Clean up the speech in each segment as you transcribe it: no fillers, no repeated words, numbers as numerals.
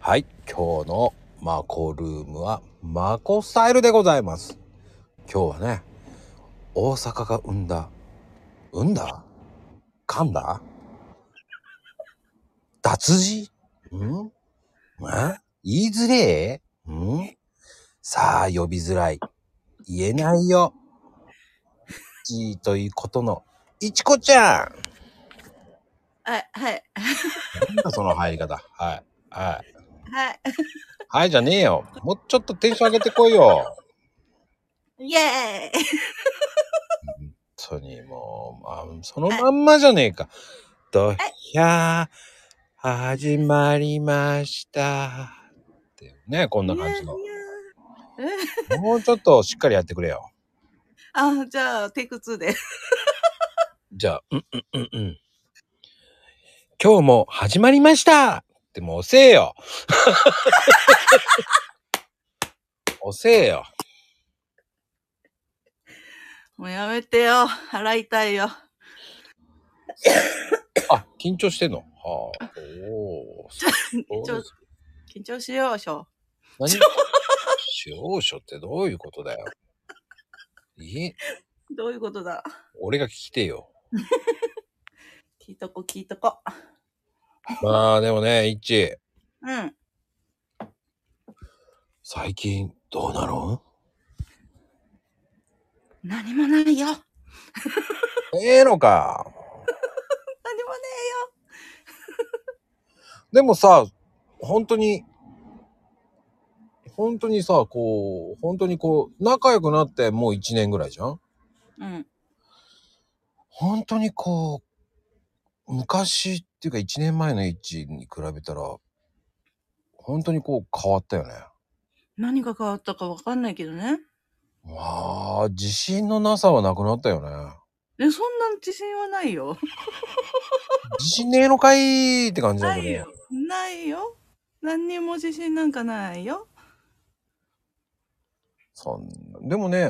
はい、今日のマコルームはマコスタイルでございます。今日はね、大阪が生んだ噛んだ脱字言いづれえさあ呼びづらい言えないよじということのいちこちゃん。 はいなんだその入り方。はいはいはいじゃねえよ。もうちょっとテンション上げてこいよ。 イエーイ本当にもう、そのまんまじゃねえか。とひゃー始まりましたっていうね、こんな感じの。もうちょっとしっかりやってくれよ。 あ、じゃあテイク2で。 じゃあ、今日も始まりましたってもう遅えよ。遅えよ。 もうやめてよ。払いたいよ。 あ、緊張してんの。はあ。おー。 緊張しようしょ。 何少々ってどういうことだよ。 どういうことだ。 俺が聞きてよ。 聞いとこ。 まあでもね、イッチ。 うん。 最近どうなの？ 何もないよ。 ええのか。 何もねでもさ、本当にさ、本当に仲良くなってもう1年ぐらいじゃん？ えよ。 本当に昔っていうか1年前の位置に比べたら、本当に変わったよね。 何が変わったかわかんないけどね。 まあ、自信のなさはなくなったよね。 そんな自信はないよ。 自信ねえのかいって感じだけど。 ないよ。何にも自信なんかないよ。 でもね、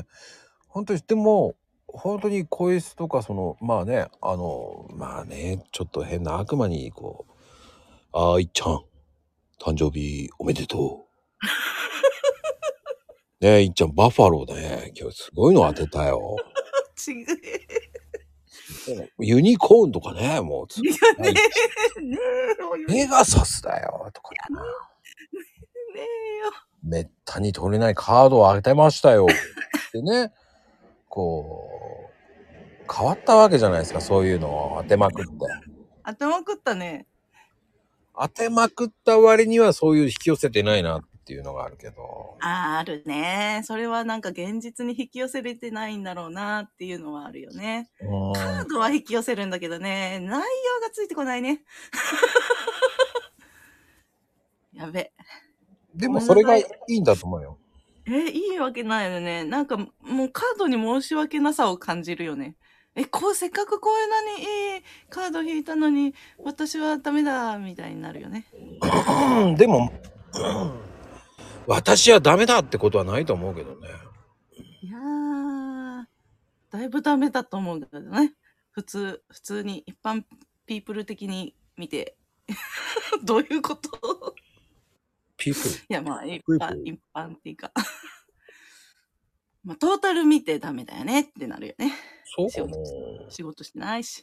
本当に声質とかまあね、ちょっと変な悪魔にいっちゃん、誕生日おめでとう。ねえ、いっちゃん、バファローね。今日すごいの当てたよ。 違ユニコーンとかね、もうすごい。 う。ねえ。 ペガサスだよ、とかね。 ねえよ。 めったに取れないカードを当てましたよ。でね、変わったわけじゃないですか、そういうのを当てまくって。 頭食ったね。 当てまくった割にはそういう引き寄せてないなっていうのがあるけど。 あるね。それはなんか現実に引き寄せれてないんだろうなっていうのはあるよね。カードは引き寄せるんだけどね、内容がついてこないね。やべ。 でもそれがいいんだと思うよ。 いいわけないよね。なんかもうカードに申し訳なさを感じるよね。せっかくこういうのにいいカード引いたのに、私はダメだ、みたいになるよね。 でも、私はダメだってことはないと思うけどね。 いやー、だいぶダメだと思うんだけどね。普通に一般ピープル的に見て。どういうことピープル。 いや、まあ、一般っていうか。まあ、トータル見てダメだよねってなるよね。 そうかな。 仕事してないし。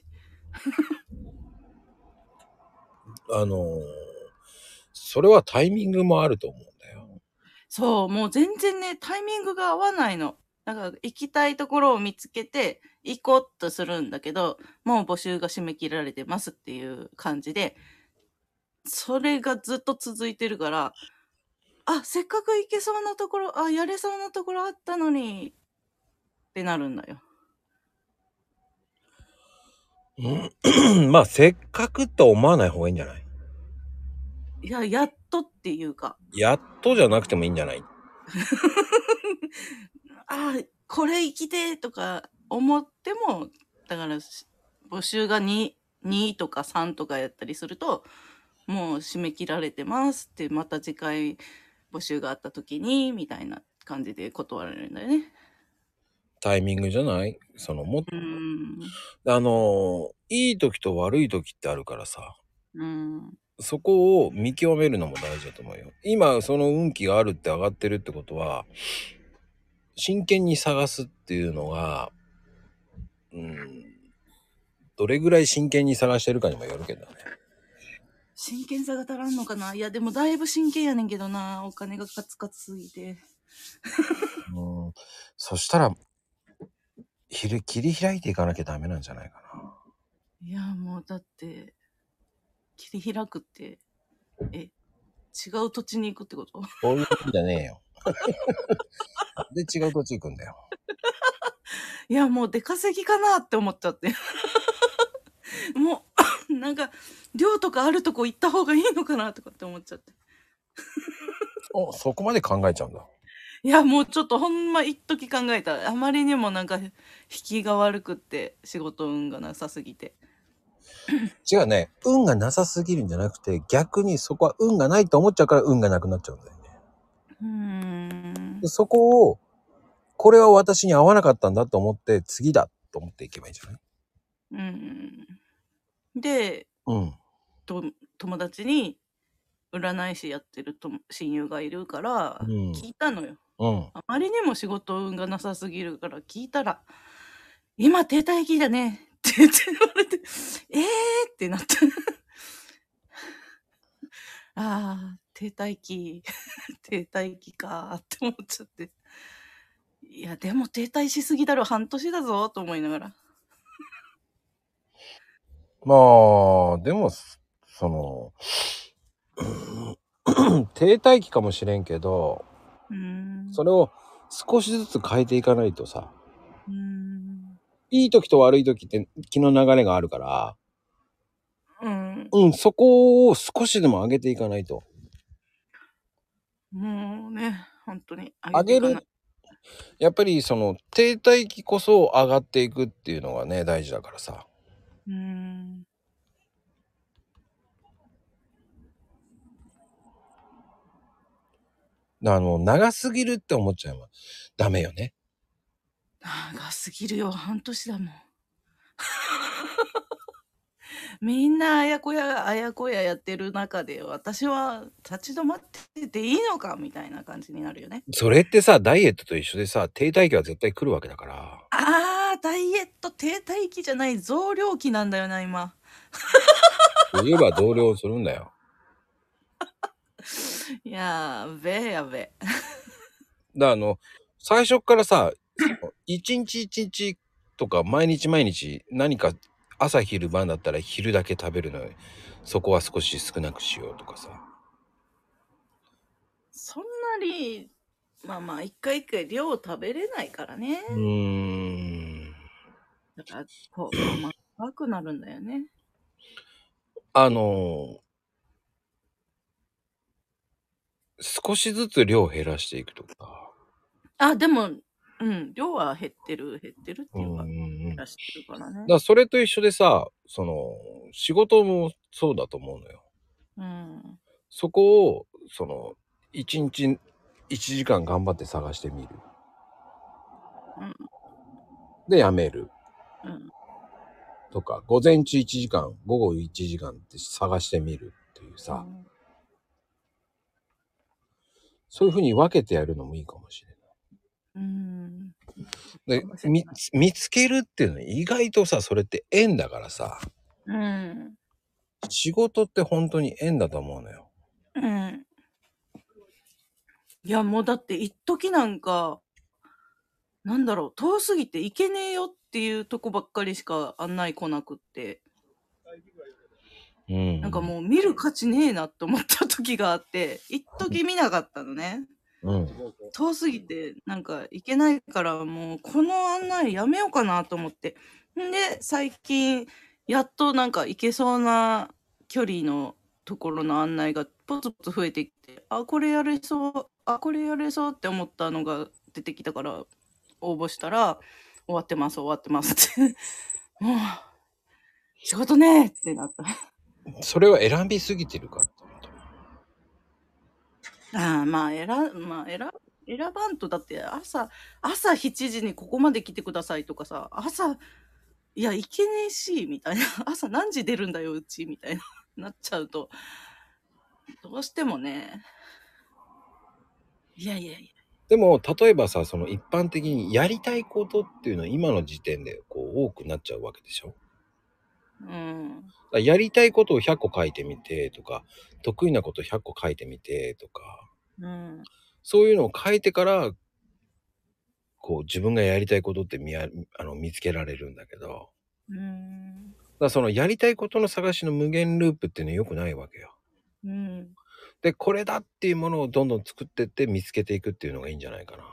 それはタイミングもあると思うんだよ。 そう、もう全然ね、タイミングが合わないの。だから行きたいところを見つけて行こうとするんだけど、もう募集が締め切られてますっていう感じで、それがずっと続いてるから、せっかく行けそうなところ、やれそうなところあったのに、ってなるんだよ。 まあ、せっかくと思わない方がいいんじゃない？ いや、やっとっていうか。 やっとじゃなくてもいいんじゃない？ これ生きてとか思っても、だから募集が2とか3とかやったりすると、もう締め切られてますって、また次回募集があった時に、みたいな感じで断られるんだよね。 タイミングじゃない？いい時と悪い時ってあるからさ。 そこを見極めるのも大事だと思うよ。今その運気があるって上がってるってことは、真剣に探すっていうのが、どれぐらい真剣に探してるかにもよるけどね。 真剣さが足らんのかな。いや、でもだいぶ真剣やねんけどな。お金がカツカツすぎて。 そしたら、切り開いていかなきゃダメなんじゃないかな。 いや、もうだって、切り開くって、違う土地に行くってこと？ そういうことじゃねえよ。で、違う土地行くんだよ。 いや、もう出稼ぎかなって思っちゃって。もう、なんか、寮とかあるとこ行った方がいいのかなとかって思っちゃって。 そこまで考えちゃうんだ。 いや、もうちょっとほんま一時考えた。あまりにもなんか、引きが悪くって、仕事運がなさすぎて。 違うね。運がなさすぎるんじゃなくて、逆にそこは運がないと思っちゃうから運がなくなっちゃうんだよね。でそこを、これは私に合わなかったんだと思って、次だと思っていけばいいんじゃない？ で、 うん。 友達に占い師やってる親友がいるから、聞いたのよ。あまりにも仕事運がなさすぎるから聞いたら、今停滞期だねって言って言われて、ってなった。ああ、停滞期、停滞期かって思っちゃって。いや、でも停滞しすぎだろ、半年だぞと思いながら。 まあ、でも、停滞期かもしれんけど、それを少しずつ変えていかないとさ、いい時と悪い時って気の流れがあるから、そこを少しでも上げていかないと。 もうね、本当に上げる。やっぱり停滞期こそ上がっていくっていうのがね、大事だからさ。長すぎるって思っちゃうのダメよね。 長すぎるよ、半年だもん。みんなあやこややってる中で、私は立ち止まってていいのかみたいな感じになるよね。 それってさ、ダイエットと一緒でさ、停滞期は絶対来るわけだから。 ダイエット停滞期じゃない増量期なんだよな、今。 言えば増量するんだよ。 やべ。 だ最初からさ、一日一日とか毎日何か朝昼晩だったら昼だけ食べるのよ。そこは少し少なくしようとかさ。 そんなに、まあ一回量食べれないからね。だから、細かくなるんだよね。 少しずつ量を減らしていくとか。 でも、量は減ってるっていうか、減らしてるからね。 だからそれと一緒でさ、仕事もそうだと思うのよ。そこを、一日1時間頑張って探してみる。で、やめる。とか、午前中1時間、午後1時間って探してみるっていうさ、そういうふうに分けてやるのもいいかもしれない。で、見つけるっていうのは意外とさ、それって縁だからさ、仕事って本当に縁だと思うのよ。 いや、もうだって一時なんか、なんだろう、遠すぎて行けねえよっていうとこばっかりしか案内来なくって。なんかもう見る価値ねえなって思った時があって、一時見なかったのね。遠すぎてなんか行けないからもうこの案内やめようかなと思って。んで、最近やっとなんか行けそうな距離のところの案内がポツポツ増えてきて、これやれそうって思ったのが出てきたから応募したら、終わってますってもう仕事ねえってなった。 それは選びすぎてるから。 選ばんと、だって朝7時にここまで来てくださいとかさ、いや、行けねえし、みたいな。朝何時出るんだよ、うち、みたいな、なっちゃうと、 どうしてもね。いやいやいや。 でも、例えばさ、その一般的にやりたいことっていうのは今の時点でこう多くなっちゃうわけでしょ。 うん。 だからやりたいことを100個書いてみてとか、得意なこと100個書いてみてとか、 うん。 そういうのを書いてから、こう自分がやりたいことって見つけられるんだけど、 うん。 だからそのやりたいことの探しの無限ループっていうのは良くないわけよ。 うん。 で、これだっていうものをどんどん作ってって見つけていくっていうのがいいんじゃないかな。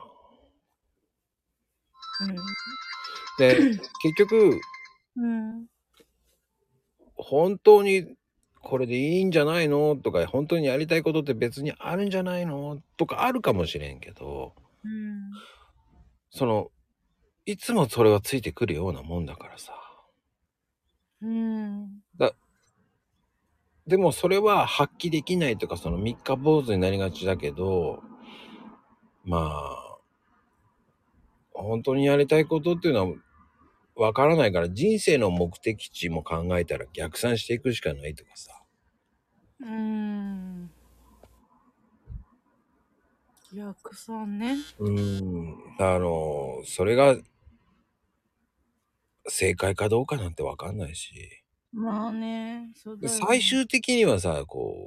うん。 で、結局、 うん。 本当にこれでいいんじゃないのとか、本当にやりたいことって別にあるんじゃないのとかあるかもしれんけど、 うん。 その、いつもそれはついてくるようなもんだからさ。 うん。 だでもそれは発揮できないとか、その三日坊主になりがちだけど、まあ、本当にやりたいことっていうのはわからないから、人生の目的地も考えたら逆算していくしかないとかさ。 うん。逆算ね。 それが正解かどうかなんてわかんないし。 まあね、そうでだよね。 最終的にはさ、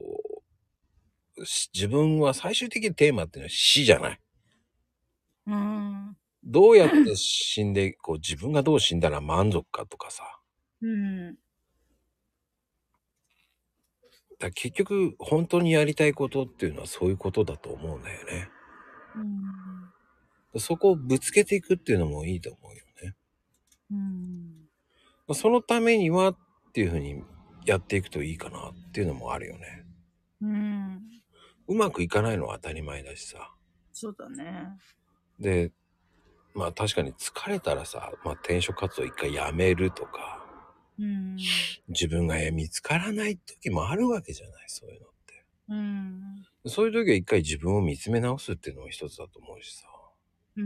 自分は最終的にテーマっていうのは死じゃない。 うん。 どうやって死んで、自分がどう死んだら満足かとかさ。 うん。 だから結局、本当にやりたいことっていうのはそういうことだと思うんだよね。 うん。 そこをぶつけていくっていうのもいいと思うよね。 うん。 そのためにはっていうふうにやっていくといいかなっていうのもあるよね。 うん。 うまくいかないのは当たり前だしさ。 そうだね。 で、まあ確かに疲れたらさ、転職活動一回やめるとか、 うん。 自分が見つからない時もあるわけじゃない、そういうのって。 うん。 そういう時は一回自分を見つめ直すっていうのも一つだと思うしさ。 うん。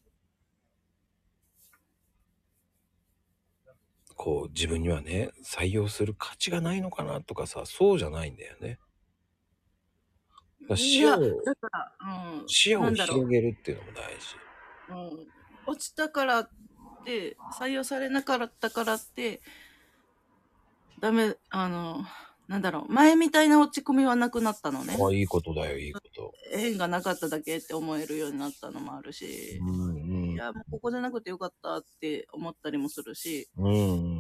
自分にはね、採用する価値がないのかなとかさ、そうじゃないんだよね。だからいや、だから、 視野をなんだろ広げるっていうのも大事。 う。落ちたからって、採用されなかったからって、ダメ、なんだろう。前みたいな落ち込みはなくなったのね。 いいことだよ、いいこと。 縁がなかっただけって思えるようになったのもあるし、 うんうん。 いや、もうここじゃなくてよかったって思ったりもするし、 うんうん。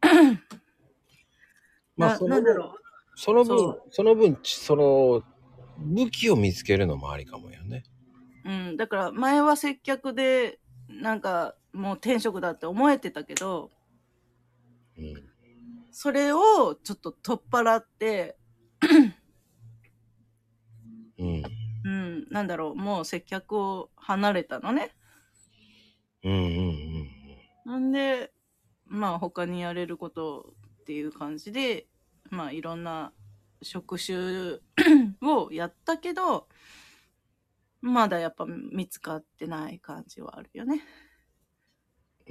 なんだろう。 その分、 そ武器を見つけるのもありかもよね。 う。だから前は接客で、なんかもう転職だって思えてたけど、 うん。 それをちょっと取っ払って、 うん。 なんだろう、もう接客を離れたのね。 うんうんうんなんで、まあ他にやれることっていう感じで、まあいろんな職種をやったけど、まだやっぱ見つかってない感じはあるよね。 うん。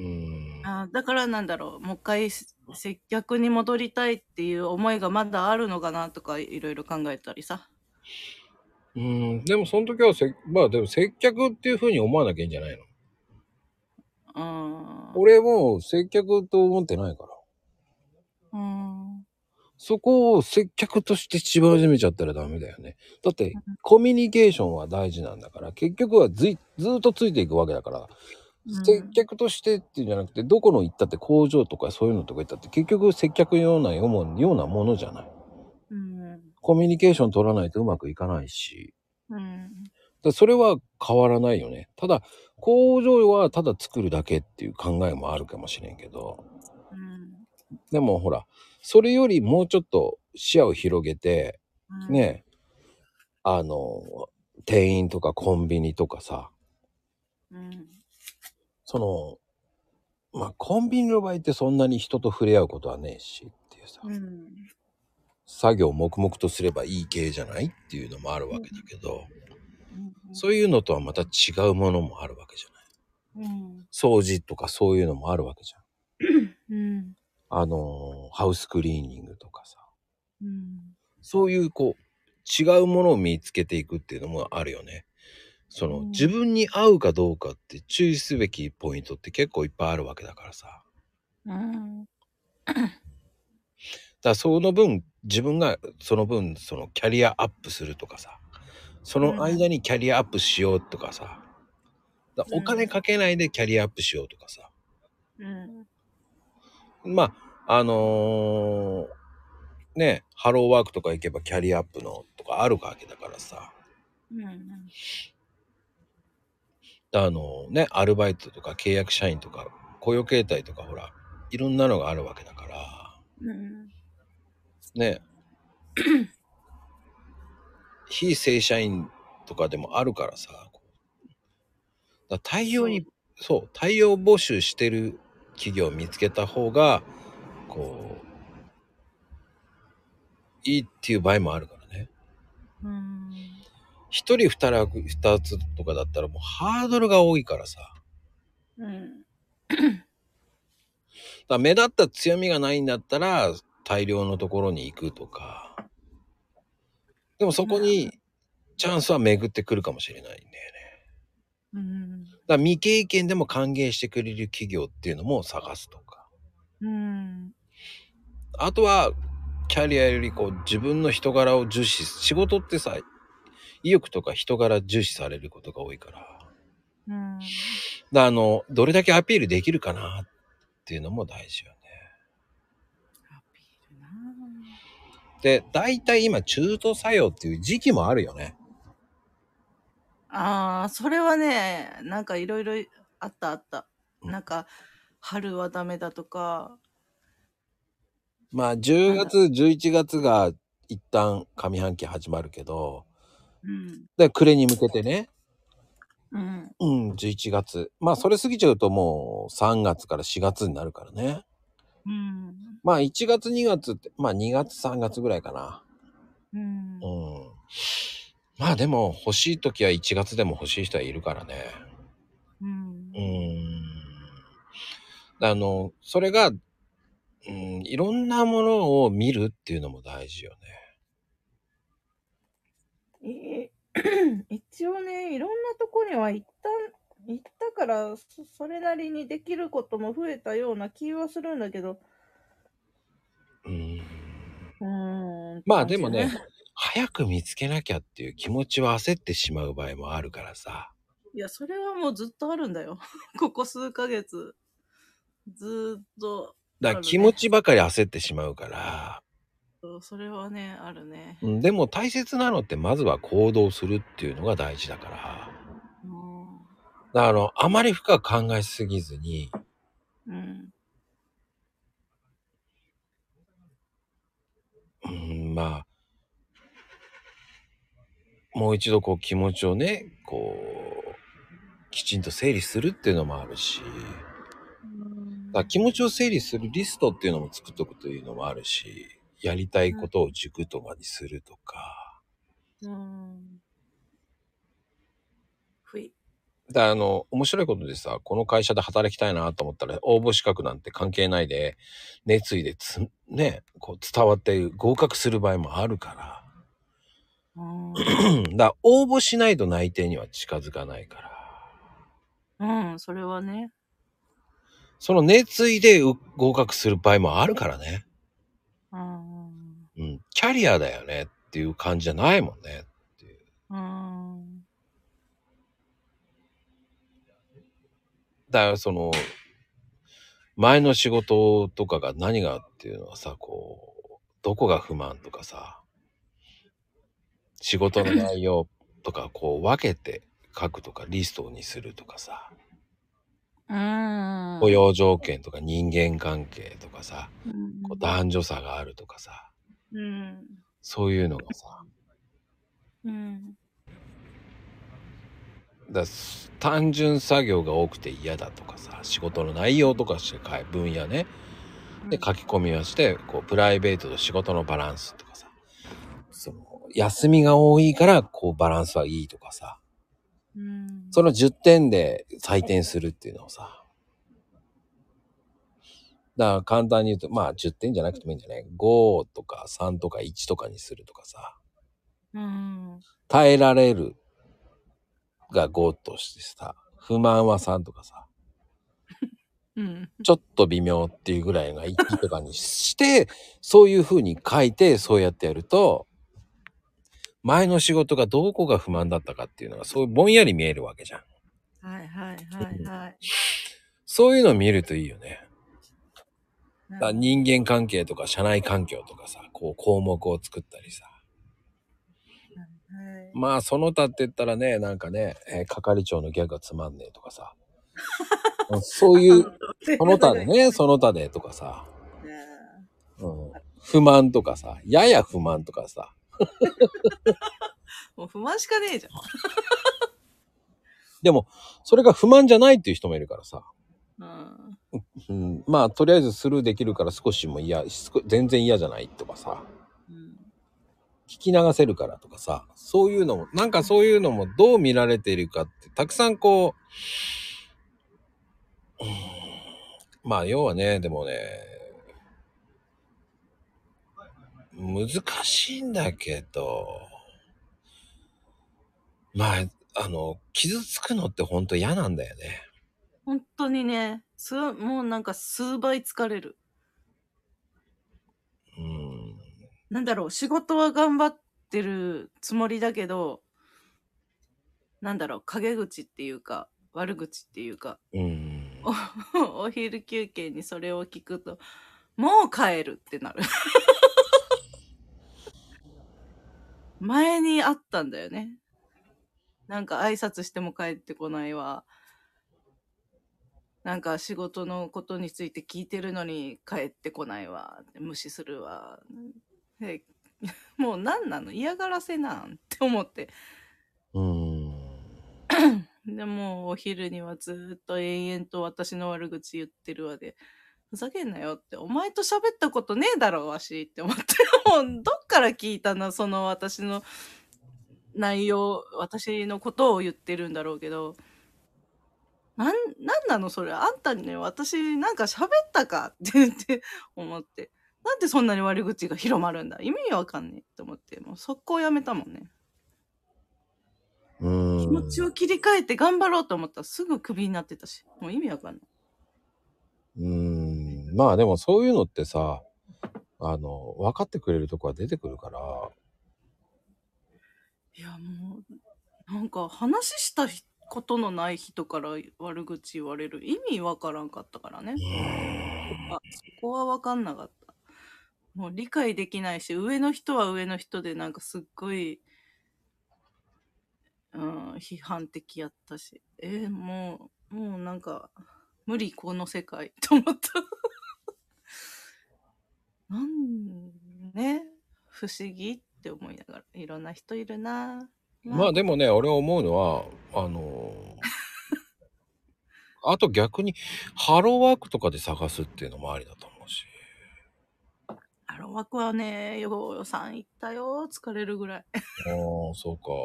だからなんだろう、もう一回接客に戻りたいっていう思いがまだあるのかなとかいろいろ考えたりさ。 うん。でもその時はでも接客っていう風に思わなきゃいいんじゃないの？ うーん。 俺も接客と思ってないから。 うーん。 そこを接客として縛り始めちゃったらダメだよね。だって、コミュニケーションは大事なんだから、結局はずーっとついていくわけだから、接客としてっていうんじゃなくて、どこの行ったって工場とかそういうのとか行ったって、結局接客ようなものじゃない。 うん。 コミュニケーション取らないとうまくいかないし、 うん。 それは変わらないよね。ただ、工場はただ作るだけっていう考えもあるかもしれんけど、 うん。 でもほら、それよりもうちょっと視野を広げて、ね、あの、店員とかコンビニとかさ、 うん。 そコンビニの場合ってそんなに人と触れ合うことはねえしっていうさ、 うん。 作業を黙々とすればいい系じゃないっていうのもあるわけだけど、 うん。 そういうのとはまた違うものもあるわけじゃない。 うん。 掃除とかそういうのもあるわけじゃん。 うん。 ハウスクリーニングとかさ。 うん。 そういうこう、違うものを見つけていくっていうのもあるよね。その、自分に合うかどうかって注意すべきポイントって結構いっぱいあるわけだからさ。だからその分、自分がその分、そのキャリアアップするとかさ。その間にキャリアアップしようとかさ。お金かけないでキャリアアップしようとかさ。まあ、ね、ハローワークとか行けばキャリアアップのとかあるわけだからさ。ね、アルバイトとか契約社員とか雇用形態とかほら、いろんなのがあるわけだから。ね。非正社員とかでもあるからさ。大量に、そう、大量募集してる企業を見つけた方が、こう、いいっていう場合もあるからね。一人二つとかだったらもうハードルが多いからさ。目立った強みがないんだったら大量のところに行くとか。でもそこにチャンスは巡ってくるかもしれないんだよね。だから未経験でも歓迎してくれる企業っていうのも探すとか。あとはキャリアよりこう自分の人柄を重視、仕事ってさ、意欲とか人柄重視されることが多いから。どれだけアピールできるかなっていうのも大事よね。で、大体今中途採用っていう時期もあるよね。 それはね、なんかいろいろあった。なんか、春はダメだとか。 まあ10月、11月が一旦上半期始まるけど、で、暮れに向けてね。11月。まあそれ過ぎちゃうともう3月から4月になるからね。まあ1月2月って、まあ2月3月ぐらいかな。まあでも欲しい時は1月でも欲しい人はいるからね。それが、いろんなものを見るっていうのも大事よね。一応ね、いろんなとこには行ったから、それなりにできることも増えたような気はするんだけど。 まあでもね、早く見つけなきゃっていう気持ちは焦ってしまう場合もあるからさ。 いや、それはもうずっとあるんだよ。ここ数ヶ月。ずっとだから気持ちばかり焦ってしまうから。 それはね、あるね。 でも大切なのってまずは行動するっていうのが大事だから。あまり深く考えすぎずに、まあ、もう一度こう気持ちをね、こう、きちんと整理するっていうのもあるし、気持ちを整理するリストっていうのも作っとくというのもあるし、やりたいことを軸とかにするとか。面白いことでさ、この会社で働きたいなと思ったら、応募資格なんて関係ないで、熱意でね、こう伝わって合格する場合もあるから。応募しないと内定には近づかないから。 それはね。 その熱意で合格する場合もあるからね。キャリアだよねっていう感じじゃないもんねっていう。だからその前の仕事とかが何がっていうのはさ、こうどこが不満とかさ、仕事の内容とかこう分けて書くとかリストにするとかさ、雇用条件とか人間関係とかさ、こう男女差があるとかさ、そういうのがさ、単純作業が多くて嫌だとかさ、仕事の内容とかして分野ねで書き込みをして、こうプライベートと仕事のバランスとかさ、その休みが多いからこうバランスはいいとかさ、その10点で採点するっていうのをさ、 だから簡単に言うと、まあ10点じゃなくてもいいんじゃない ?5 とか3とか1とかにするとかさ。耐えられるが5としてさ、不満は3とかさ。ちょっと微妙っていうぐらいが1とかにして、そういう風に書いて、そうやってやると、前の仕事がどこが不満だったかっていうのが、そういうぼんやり見えるわけじゃん。 はいはいはいはい。 そういうの見るといいよね。人間関係とか社内環境とかさ、こう項目を作ったりさ。まあその他って言ったらね、なんかね、係長のギャグがつまんねえとかさ。そういう、その他でね、その他でとかさ。不満とかさ、やや不満とかさ。 もう不満しかねえじゃん。 でも、それが不満じゃないっていう人もいるからさ。まあ、とりあえずスルーできるから少しも全然嫌じゃないとかさ。聞き流せるからとかさ。そういうのも、なんかそういうのもどう見られているかって、たくさんこう、まあ、要はね、でもね、難しいんだけど、まあ、傷つくのってほんと嫌なんだよね。 本当にね、もうなんか数倍疲れる。なんだろう、仕事は頑張ってるつもりだけど、なんだろう、陰口っていうか、悪口っていうか、お昼休憩にそれを聞くと、もう帰るってなる。前にあったんだよね。なんか挨拶しても帰ってこないわ。なんか仕事のことについて聞いてるのに帰ってこないわ。無視するわ。もう何なの嫌がらせなんって思って。でもお昼にはずっと延々と私の悪口言ってるわで、ふざけんなよって、お前と喋ったことねえだろわしって思って、もうどっから聞いたな、その私の内容、私のことを言ってるんだろうけど、なんなのそれ、あんたにね、私なんか喋ったかって言って思って、なんでそんなに悪口が広まるんだ、意味わかんねえって思って、もう速攻やめたもんね。気持ちを切り替えて頑張ろうと思ったらすぐクビになってたし、もう意味わかんない。 まあでもそういうのってさ、分かってくれるとこは出てくるから。 いやもう、なんか話したことのない人から悪口言われる意味わからんかったからね。そこはわかんなかった。もう理解できないし、上の人は上の人でなんかすっごい、批判的やったし、もうなんか、無理この世界と思った。ね、不思議って思いながら、いろんな人いるな。 まあでもね、俺は思うのは、あと逆にハローワークとかで探すっていうのもありだと思うし。 ハローワークはね、予算いったよ、疲れるぐらい。 ああ、そうか。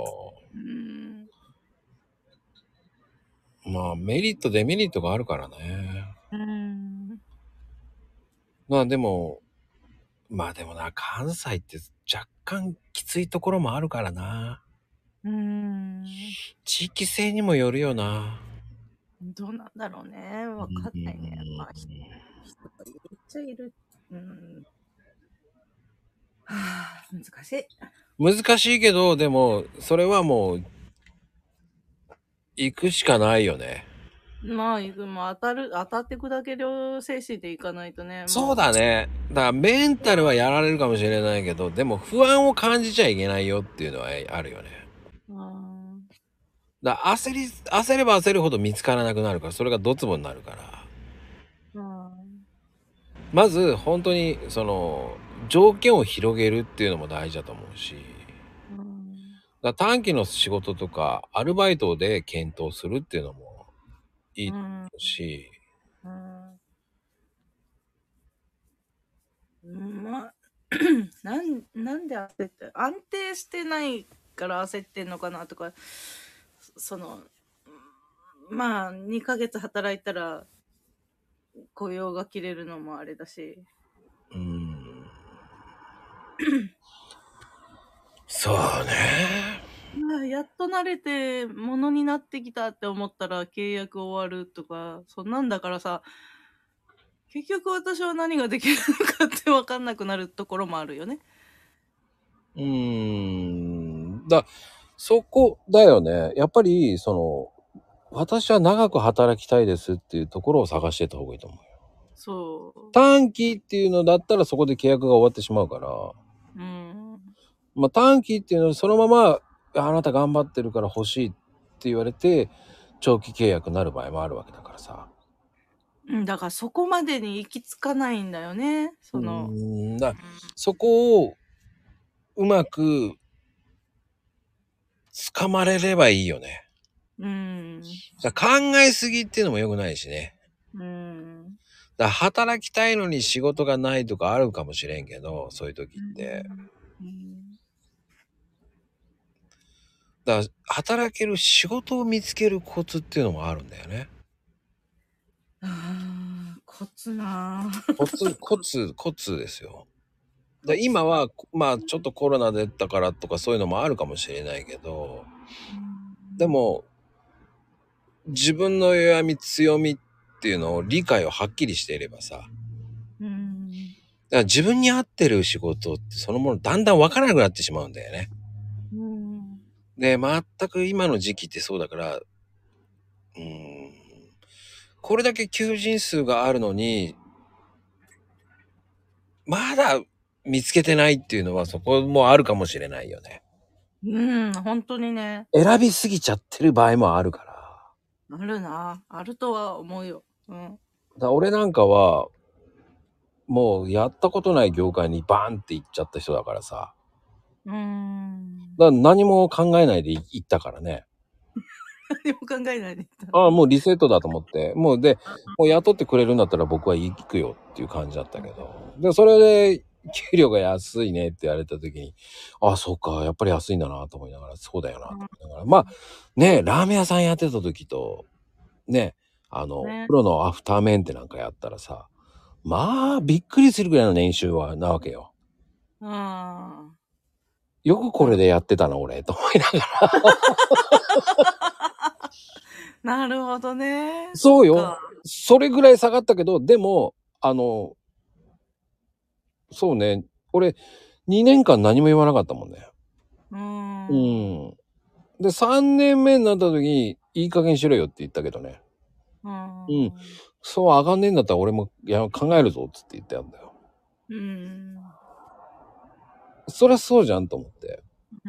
まあメリットデメリットがあるからね。まあでもな、関西って若干きついところもあるからな。地域性にもよるよな。 どうなんだろうね。わかんないね。まあ、人がいるっちゃいる。はあ、難しい。 難しいけど、でも、それはもう、行くしかないよね。 まあ、も当たってくだけの精神でいかないとね。 そうだね。だからメンタルはやられるかもしれないけど、でも不安を感じちゃいけないよっていうのはあるよね。だから焦れば焦るほど見つからなくなるから、それがドツボになるから。まず、本当に、条件を広げるっていうのも大事だと思うし。だ短期の仕事とか、アルバイトで検討するっていうのもいいし。 まあ、なんで焦って、安定してないから焦ってんのかなとか、まあ、2ヶ月働いたら、 雇用が切れるのもあれだし。 そうね。 やっと慣れて物になってきたって思ったら契約終わるとか、そんなんだからさ、結局私は何ができるのかって分かんなくなるところもあるよね。 そこだよね。やっぱり、私は長く働きたいですっていうところを探してた方がいいと思うよ。 そう。 短期っていうのだったらそこで契約が終わってしまうから、まあ短期っていうのはそのまま、あなた頑張ってるから欲しいって言われて、長期契約になる場合もあるわけだからさ。 だからそこまでに行き着かないんだよね。 そこをうまく掴まれればいいよね。考えすぎっていうのも良くないしね。働きたいのに仕事がないとかあるかもしれんけど、そういう時って。働ける仕事を見つけるコツっていうのもあるんだよね。 コツなコツですよ。今は、まあちょっとコロナでだからとかそういうのもあるかもしれないけど、でも、自分の弱み強みっていうのを理解をはっきりしていればさ、だから自分に合ってる仕事ってそのものだんだん分からなくなってしまうんだよね。で、全く今の時期ってそうだから、これだけ求人数があるのに、まだ見つけてないっていうのはそこもあるかもしれないよね。 本当にね。 選びすぎちゃってる場合もあるから。 あるな。あるとは思うよ。 俺なんかは、もうやったことない業界にバーンって行っちゃった人だからさ。だから何も考えないで行ったからね。 何も考えないで行った。 もうリセットだと思って。もう雇ってくれるんだったら僕は行くよっていう感じだったけど。で、それで、給料が安いねって言われた時に、そうか、やっぱり安いんだなと思いながら、そうだよなと思いながら。まあ、ね、ラーメン屋さんやってた時と、ね、プロのアフターメンテなんかやったらさ、まあ、びっくりするぐらいの年収なわけよ。よくこれでやってたな、俺、と思いながら。 なるほどね。 そうよ。それぐらい下がったけど、でも、そうね、俺、2年間何も言わなかったもんね。で、3年目になった時に、いい加減しろよって言ったけどね。そう上がんねえんだったら俺も考えるぞっつって言ってやんだよ。そりゃそうじゃんと思って。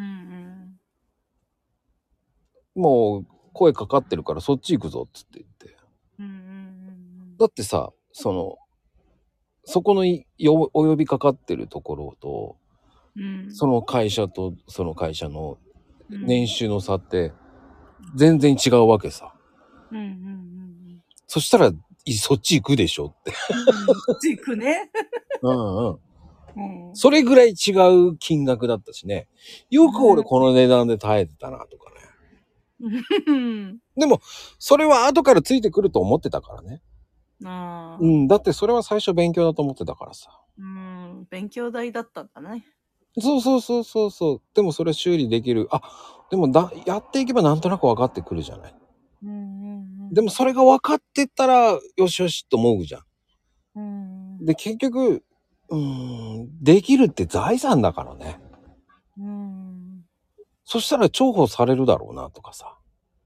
もう声かかってるからそっち行くぞっつって言って。だってさ、そこのお呼びかかってるところと、その会社とその会社の年収の差って全然違うわけさ。そしたらそっち行くでしょって。 そっち行くね。 それぐらい違う金額だったしね。よく俺この値段で耐えてたなとかね。でも、それは後からついてくると思ってたからね。だってそれは最初勉強だと思ってたからさ。 勉強代だったんだね。 そう。でもそれ修理できる。でもやっていけばなんとなく分かってくるじゃない。でもそれが分かってったら、よしよしと思うじゃん。で、結局、できるって財産だからね。そしたら重宝されるだろうなとかさ。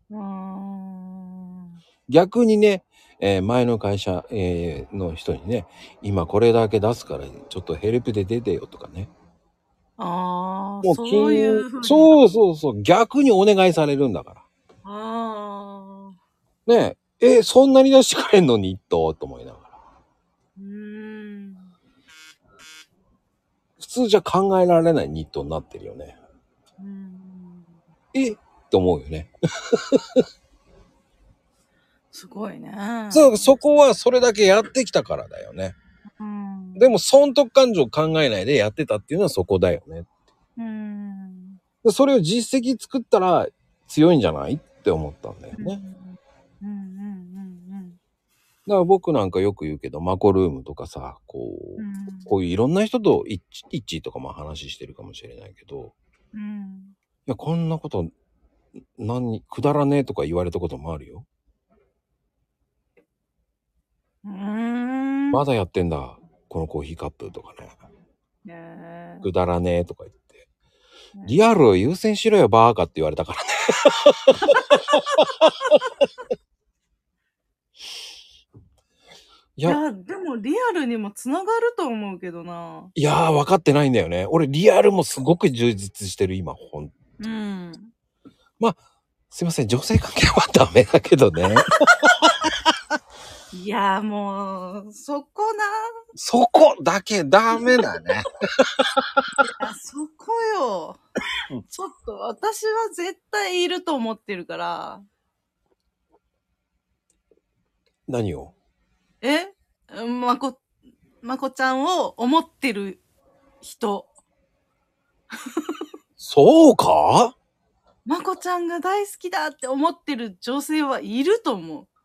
逆にね、前の会社、の人にね、今これだけ出すからちょっとヘルプで出てよとかね。もうそういうふうに。 そう。逆にお願いされるんだから。ねそんなに出してくれんのにと思いながら。普通じゃ考えられないニットになってるよね。って思うよね。 すごいね。 そこはそれだけやってきたからだよね。でも損得感情考えないでやってたっていうのはそこだよね。でそれを実績作ったら強いんじゃないって思ったんだよね。 だから僕なんかよく言うけど、マコルームとかさ、こう、こういういろんな人と一致とかも話してるかもしれないけど、いや、こんなこと、くだらねえとか言われたこともあるよ。まだやってんだ、このコーヒーカップとかね。くだらねえとか言って。リアルを優先しろよ、バーカって言われたからね。 いや、でもリアルにもつながると思うけどな。 いやー、分かってないんだよね。俺、リアルもすごく充実してる、今、まあ、すいません、女性関係はダメだけどね。 いや、もう、そこだけダメだね。 いや、そこよ。ちょっと、私は絶対いると思ってるから。 何を？ まこちゃんを思ってる人。 そうか？ まこちゃんが大好きだって思ってる女性はいると思う。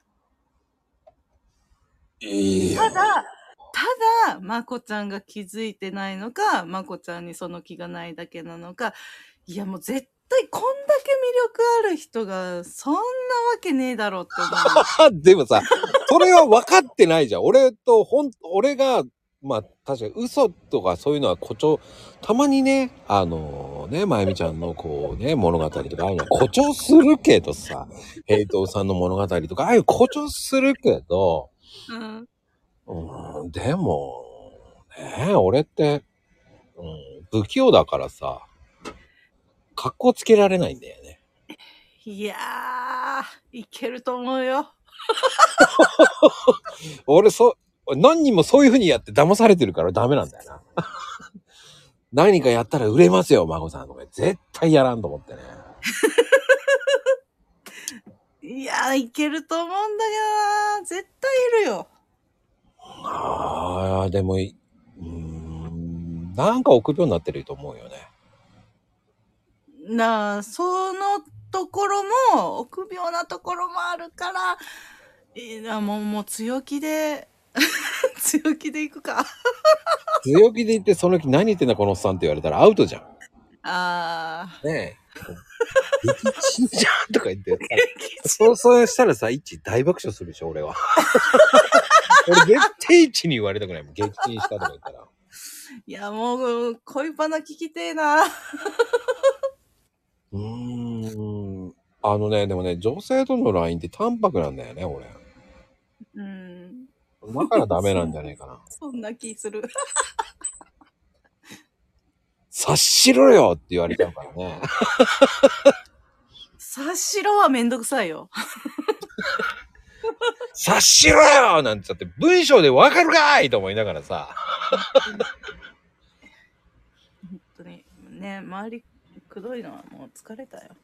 ただ、まこちゃんが気づいてないのか、まこちゃんにその気がないだけなのか、いやもう絶対こんだけ魅力ある人がそんなわけねえだろうって思う。でもさ、それは分かってないじゃん。俺が、まあ確かに嘘とかそういうのは誇張、たまにね、まゆみちゃんのこうね、物語とかああいうの誇張するけどさ、ヘイトさんの物語とかああいう誇張するけど、でも、ね俺って、不器用だからさ、格好つけられないんだよね。 いやー、いけると思うよ。 俺何人もそういう風にやって騙されてるからダメなんだよな。何かやったら売れますよ、孫さんとか。絶対やらんと思ってね。 いやー、いけると思うんだけどな。絶対いるよ。 ああ、でも、なんか臆病になってると思うよね。 そのところも、臆病なところもあるから、もう強気で、強気でいくか。 強気で言って、その気何言ってんだこのおっさんって言われたらアウトじゃん。ねえ。激震じゃんとか言って。そうしたらさ、一大爆笑するでしょ、俺は。俺絶対一に言われたくないもん。激震したとか言ったら。 いや、もう、恋バナ聞きてえな。 でもね、女性との LINE って淡白なんだよね、俺。だからダメなんじゃねえかな。 そんな気する。 察しろよって言われちゃうからね。 察しろはめんどくさいよ。 察しろよなんて言って文章でわかるかいと思いながらさ。 本当に。ね、周りくどいのはもう疲れたよ。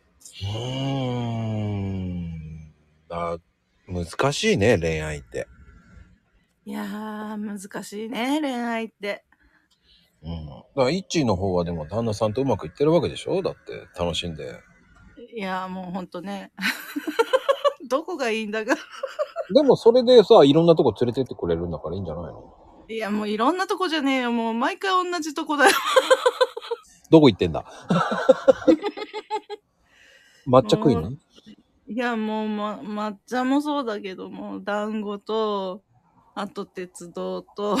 難しいね、恋愛って。 いやー、難しいね、恋愛って。 だからイッチーの方はでも旦那さんとうまくいってるわけでしょ？だって楽しんで。 いやーもうほんとね。どこがいいんだか。 でもそれでさ、いろんなとこ連れてってくれるんだからいいんじゃないの？ いやもういろんなとこじゃねえよ。もう毎回同じとこだよ。 どこ行ってんだ？抹茶食いに？ いやもう、抹茶もそうだけども、団子と、あと鉄道と、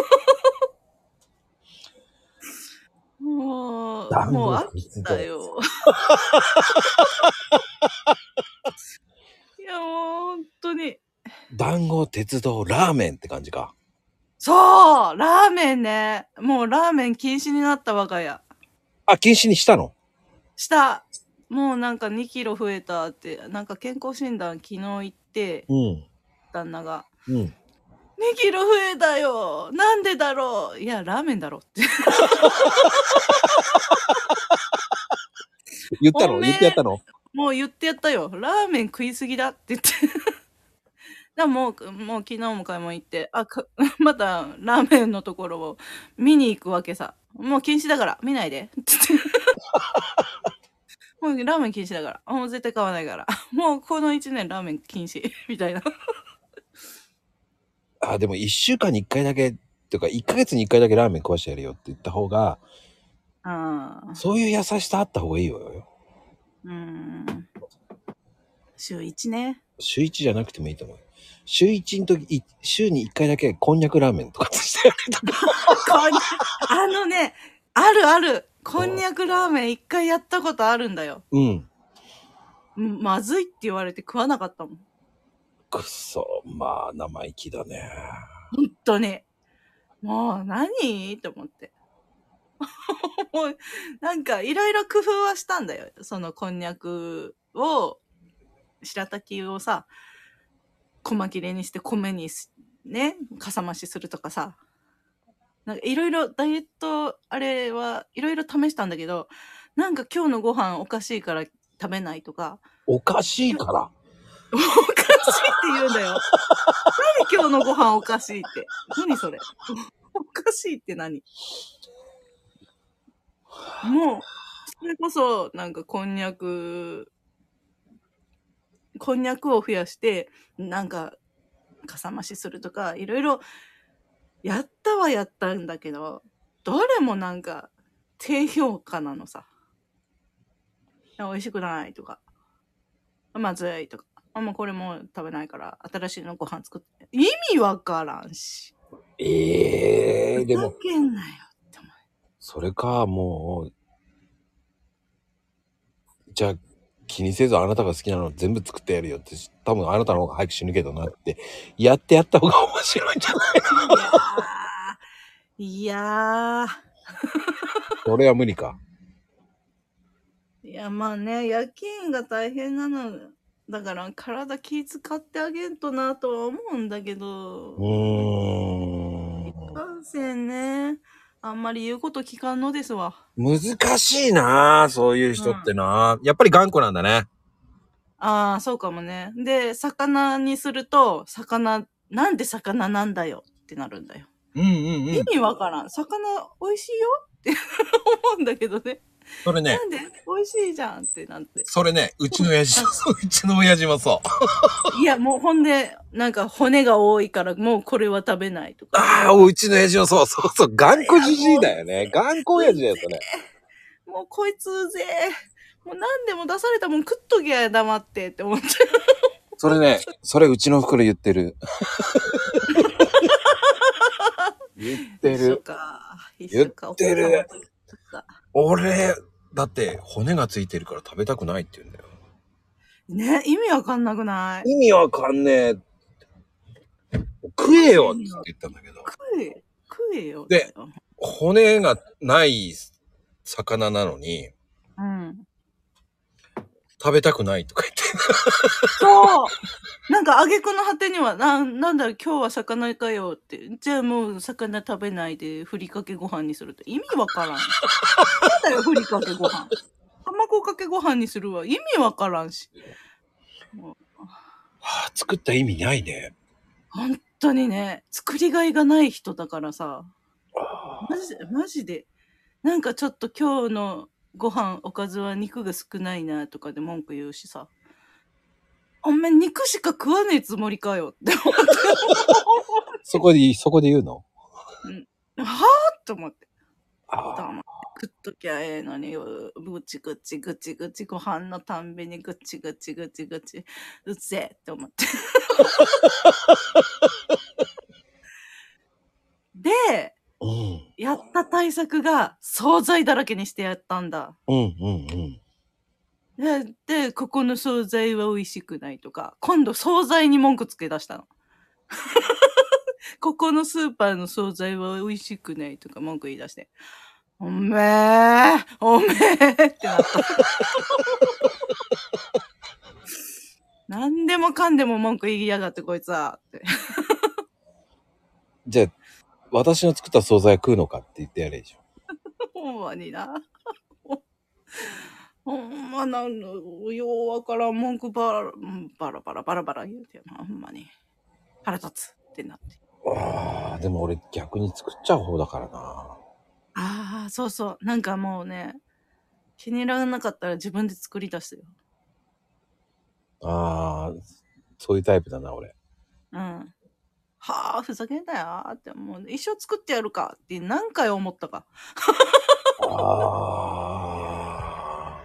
もう飽きたよ。いやもう本当に。 団子、鉄道、ラーメンって感じか。 そうラーメンね。もうラーメン禁止になった我が家。 あ、禁止にしたの？ した。もうなんか2キロ増えたって、なんか健康診断昨日行って、旦那が。2キロ増えたよ。なんでだろう。いや、ラーメンだろって。 言ってやったの？ もう言ってやったよ。ラーメン食いすぎだって言って。でも昨日も買い物行って、またラーメンのところを見に行くわけさ。もう禁止だから見ないで。って言って。もうラーメン禁止だから。もう絶対買わないから。もうこの1年ラーメン禁止。みたいな。 でも1週間に1回だけ、とか1ヶ月に1回だけラーメン食わしてやるよって言った方が、そういう優しさあった方がいいわよ。 週1ね。 週1じゃなくてもいいと思う。週1の時、週に1回だけこんにゃくラーメンとかしてやるとか。 ある。こんにゃくラーメン1回やったことあるんだよ。まずいって言われて食わなかったもん。 くそ、まあ生意気だね。 ほんとに。もう何と思って。もうなんかいろいろ工夫はしたんだよ。そのこんにゃくを、白滝をさ、細切れにして米にね、かさ増しするとかさ。なんかいろいろダイエット、あれはいろいろ試したんだけど、なんか今日のご飯おかしいから食べないとか。 おかしいからおかしいって言うんだよ。何今日のご飯おかしいって。何それ。おかしいって何。もう、それこそ、なんかこんにゃくを増やして、なんか、かさ増しするとか、いろいろ、やったんだけど、どれもなんか、低評価なのさ。美味しくないとか、まずいとか、もうこれもう食べないから、新しいのご飯作って。意味わからんし。 でも。 ふざけんなよって思う。 それか、もう、じゃあ、気にせずあなたが好きなの全部作ってやるよって、多分あなたの方が早く死ぬけどなって、やった方が面白いんじゃないの。 いやー。 それは無理か。 いや、まあね、夜勤が大変なの。だから体気使ってあげんとなとは思うんだけど。いかんせんね。あんまり言うこと聞かんのですわ。 難しいなぁ、そういう人ってな、やっぱり頑固なんだね。 ああ、そうかもね。で、魚にすると、なんで魚なんだよってなるんだよ。意味わからん。魚美味しいよって思うんだけどね。 それね。 なんで美味しいじゃんってなって。 それね、うちの親父もそう。 いや、もうほんで、なんか骨が多いからもうこれは食べないとか。 うちの親父もそう。頑固じじいだよね。頑固親父だよ、それ。 もうこいつもう何でも出されたもん食っときゃ黙ってって思って。 それね、うちの袋言ってる。言ってる。言ってる。俺、だって骨がついてるから食べたくないって言うんだよ。 ね、意味わかんなくない？ 意味わかんねえ。食えよって言ったんだけど。 食えよ。 で、骨がない魚なのに、食べたくないとか言って。 そうなんか挙句の果てには、なんだろ、今日は魚かよって。じゃあもう魚食べないでふりかけご飯にすると意味わからん。なんだよ、ふりかけご飯。卵かけご飯にするわ。意味わからんし。 作った意味ないね。 本当にね、作りがいがない人だからさ。マジで。なんかちょっと今日のご飯おかずは肉が少ないなとかで文句言うしさ。お前肉しか食わねえつもりかよって思って。 そこで言うの？ はぁと思って。食っときゃええのに、ぐちぐちご飯のたんびにぐちぐちうぜえって思って。で、やった対策が惣菜だらけにしてやったんだ。で、ここの惣菜は美味しくないとか、今度惣菜に文句つけ出したの。ここのスーパーの惣菜は美味しくないとか文句言い出して。おめえってなった。何でもかんでも文句言いやがってこいつはって。 じゃあ、私の作った惣菜食うのかって言ってやれでしょ。 ほんまにな。ほんまなんの、ようわからん文句バラ言うてよな、ほんまに。腹立つってなって。 でも俺逆に作っちゃう方だからな。 そうそう。なんかもうね、気に入らなかったら自分で作り出すよ。 そういうタイプだな、俺。 はあ、ふざけんなよって、もう一生作ってやるかって何回思ったか。 あ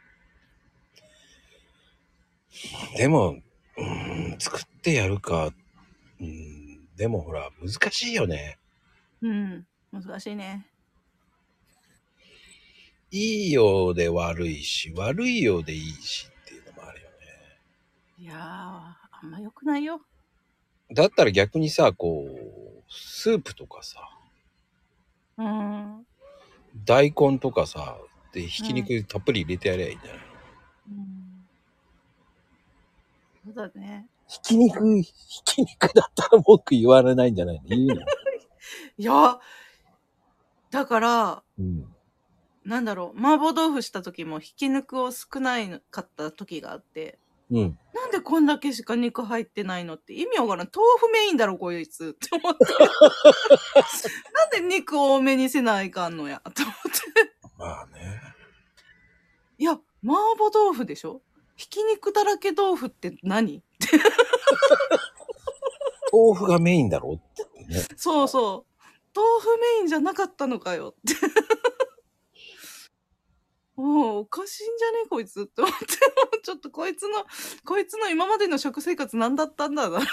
ー。でも、作ってやるか。でもほら、難しいよね。 うん、難しいね。 いいようで悪いし、悪いようでいいしっていうのもあるよね。 いやー、あんま良くないよ。 だったら逆にさ、こう、スープとかさ、 うん。 大根とかさ、で、ひき肉たっぷり入れてやりゃいいんじゃない？ うん。そうだね。 ひき肉だったら文句言われないんじゃないの？言うの？ いや、だから、 うん。 なんだろう、麻婆豆腐した時もひき肉を少ないかった時があって、 うん。 なんでこんだけしか肉入ってないのって意味わからん。豆腐メインだろ、こいつ。って思って。なんで肉多めにせないかんのや。と思って。 まあね。 いや、麻婆豆腐でしょ？ひき肉だらけ豆腐って何？ 豆腐がメインだろってね。 そうそう。豆腐メインじゃなかったのかよって。もうおかしいんじゃねこいつって思って、もうちょっとこいつの今までの食生活何だったんだな。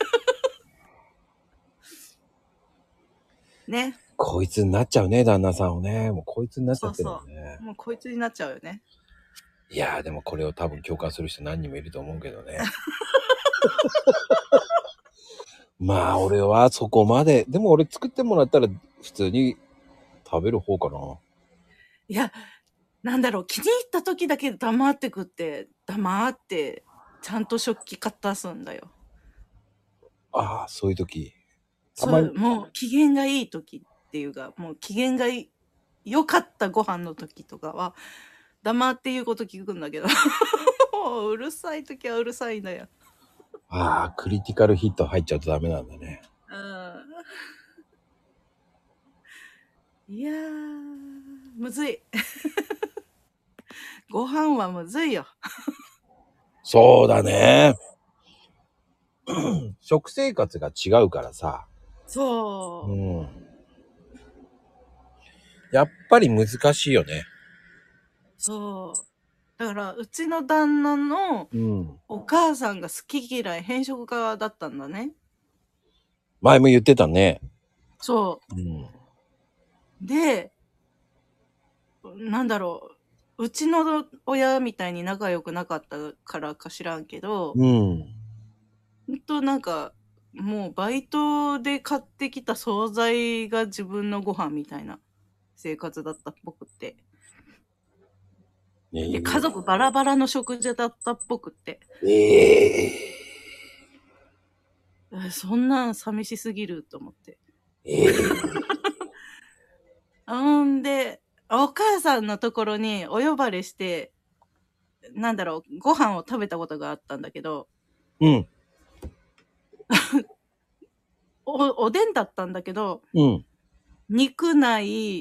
ね。 こいつになっちゃうね、旦那さんをね。もうこいつになっちゃってるよね。 もうこいつになっちゃうよね。 いやーでもこれを多分共感する人何人もいると思うけどね。まあ俺はそこまで、でも俺作ってもらったら普通に食べる方かな。 いや、なんだろう、気に入った時だけ黙って食って、黙って、ちゃんと食器かったすんだよ。 ああ、そういう時。たまに。 そう、もう機嫌がいい時っていうか、もう機嫌が良かったご飯の時とかは、黙って言うこと聞くんだけど、もううるさい時はうるさいんだよ。 ああ、クリティカルヒット入っちゃうとダメなんだね。 うん。いやー、むずい。ご飯はむずいよ。 そうだね。食生活が違うからさ。 そう。 うん。やっぱり難しいよね。 そう。だから、うちの旦那のうん。 お母さんが好き嫌い、偏食家だったんだね。 前も言ってたね。 そうん。 う。で、なんだろう。うちの親みたいに仲良くなかったからか知らんけど、 うん。 ほんとなんか、もうバイトで買ってきた惣菜が自分のご飯みたいな生活だったっぽくって。で、家族バラバラの食事だったっぽくって。そんなん寂しすぎると思って。で、お母さんのところにお呼ばれして、なんだろう、ご飯を食べたことがあったんだけど、 うん。 おでんだったんだけど、 うん。 肉ない、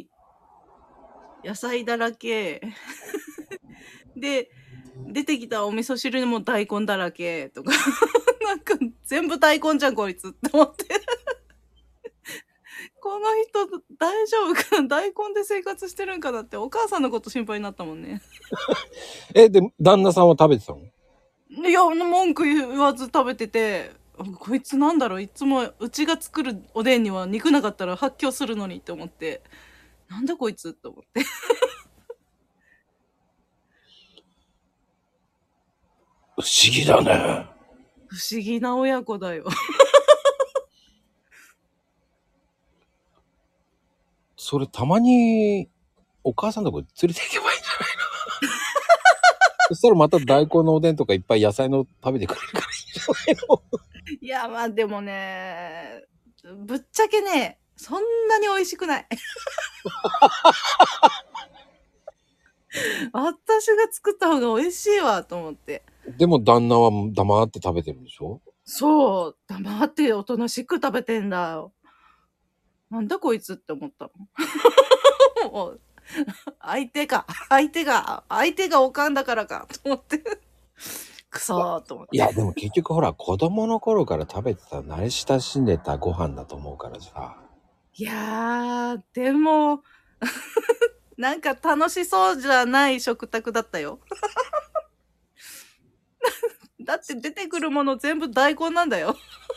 野菜だらけ、で、出てきたお味噌汁も大根だらけとか、なんか全部大根じゃんこいつって思って。この人大丈夫かな、大根で生活してるんかなってお母さんのこと心配になったもんね。 で、旦那さんは食べてたの？ いや、文句言わず食べてて、こいつなんだろう、いつもうちが作るおでんには肉なかったら発狂するのにって思って、なんだこいつって思って。 不思議だね。 不思議な親子だよ。 それたまにお母さんのとこ連れて行けばいいんじゃないの？そしたらまた大根のおでんとかいっぱい野菜の食べてくれるからいいんじゃないの？ いや、まあでもね、ぶっちゃけね、そんなに美味しくない。私が作った方が美味しいわと思って。 でも旦那は黙って食べてるんでしょ？ そう、黙っておとなしく食べてんだよ。なんだこいつって思ったの。もう相手がおかんだからかと思って。 くそーと思って。 いや、でも結局ほら、子供の頃から食べてた、慣れ親しんでたご飯だと思うからさ。 いやー、でも、なんか楽しそうじゃない食卓だったよ。だって出てくるもの全部大根なんだよ。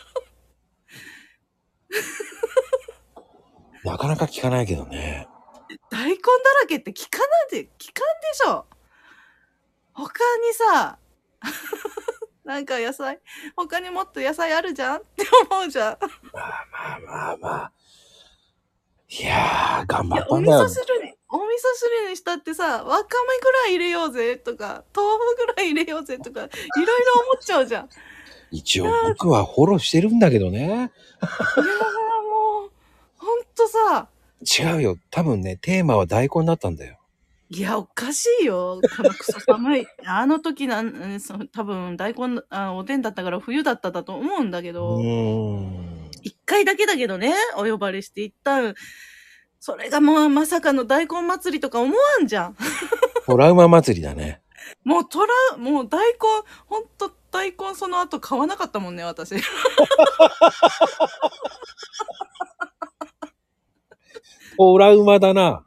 なかなか聞かないけどね。 大根だらけって聞かんでしょ。他にさ、なんか野菜、他にもっと野菜あるじゃんって思うじゃん。 まあ。いやー、頑張いや、お味ったんだよ。 噌汁にしたってさ、わかめぐらい入れようぜとか、豆腐ぐらい入れようぜとか、いろいろ思っちゃうじゃん。 一応僕はフォローしてるんだけどね。 いやーもう、ほんとさ。 違うよ。多分ね、テーマは大根だったんだよ。 いや、おかしいよ。このクソ寒い。あの時多分大根、おでんだったから冬だっただと思うんだけど。一回だけだけどね、お呼ばれして一旦、それがもうまさかの大根祭りとか思わんじゃん。 トラウマ祭りだね。 もう大根、ほんと大根その後買わなかったもんね、私。 トラウマだな。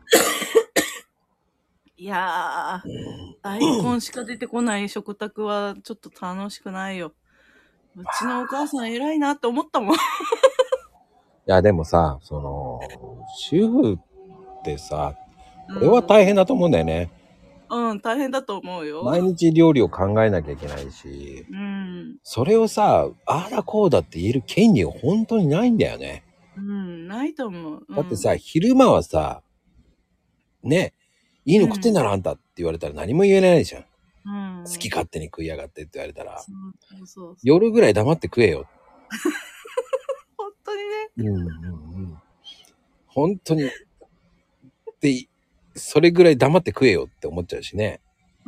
いやー、大根しか出てこない食卓はちょっと楽しくないよ。うちのお母さん偉いなって思ったもん。 いや、でもさ、主婦ってさ、これは大変だと思うんだよね。 うん、大変だと思うよ。 毎日料理を考えなきゃいけないし、それをさ、ああだこうだって言える権利が本当にないんだよね。 ないと思う。 だってさ、昼間はさ、ね、いいの食ってんだろあんたって言われたら何も言えないじゃん。好き勝手に食いやがってって言われたら、 そう夜ぐらい黙って食えよ。 本当にね。 本当に。で、それぐらい黙って食えよって思っちゃうしね。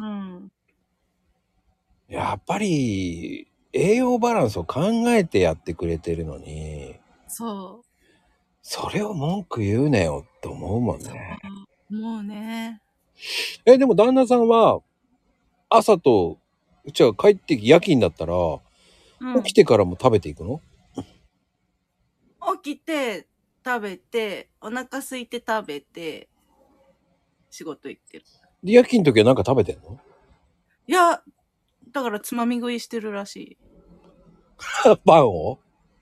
やっぱり、栄養バランスを考えてやってくれてるのに、 そう。 それを文句言うなよって思うもんね。 もうね。 でも旦那さんは、朝と、うちは帰って夜勤だったら、起きてからも食べていくの？ 起きて、食べて、お腹空いて食べて、仕事行ってる。 で、夜勤の時は何か食べてんの？ いや、だからつまみ食いしてるらしい。 パンを？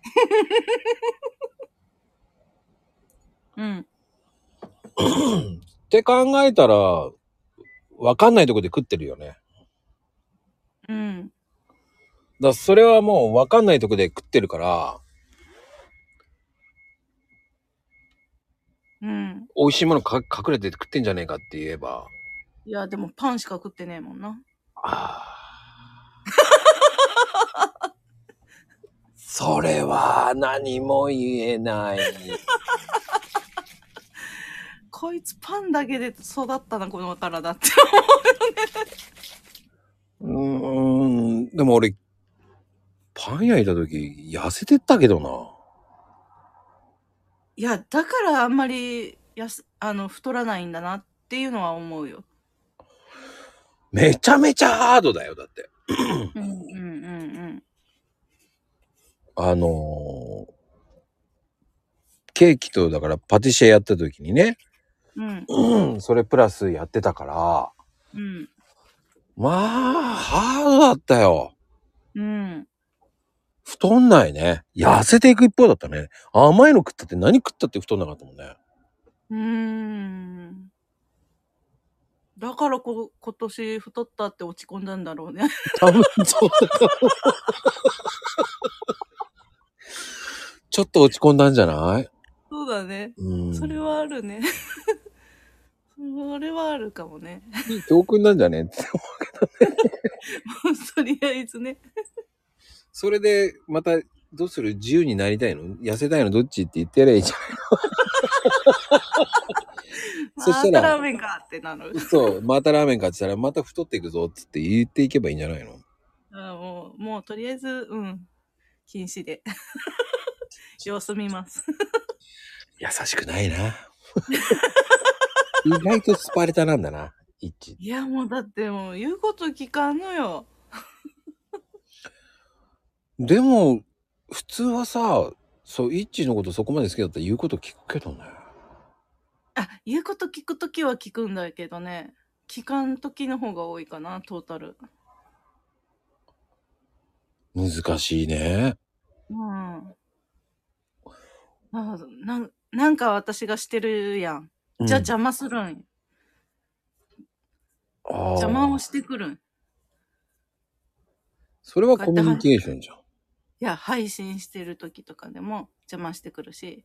って考えたら、わかんないとこで食ってるよね。だそれはもうわかんないとこで食ってるから、美味しいもの隠れて食ってんじゃねえかって言えば。 いや、でもパンしか食ってねえもんな。 それは何も言えない。 こいつパンだけで育ったな、この体って思うよね。でも俺、パン焼いた時痩せてったけどな。 いや、だからあんまり太らないんだなっていうのは思うよ。 めちゃめちゃハードだよ、だって。ケーキと、だからパティシエやった時にね、それプラスやってたから、まあ、ハードだったよ。太んないね。痩せていく一方だったね。甘いの食ったって何食ったって太んなかったもんね。 だから今年太ったって落ち込んだんだろうね。 多分そうだと思う。ちょっと落ち込んだんじゃない？ そうだね。それはあるね。それはあるかもね。 いい教訓なんじゃねって思うけどね。 とりあえずね。 それで、また、どうする？自由になりたいの？痩せたいの？どっちって言ってやればいいじゃないの。そしたら、 またラーメンかってなる。 そう、またラーメンかって言ったら、また太っていくぞっつって言っていけばいいんじゃないの？ もうとりあえず、禁止で。様子見ます。 優しくないな。意外とスパルタなんだな、 いや、もうだってもう言うこと聞かんのよ。 でも、普通はさ、そう、イッチーのことそこまで好きだったら言うこと聞くけどね。 言うこと聞くときは聞くんだけどね。聞かんときの方が多いかな、トータル。 難しいね。 なんか私がしてるやん。じゃあ邪魔するん。邪魔をしてくるん。 それはコミュニケーションじゃん。 いや、配信してる時とかでも邪魔してくるし、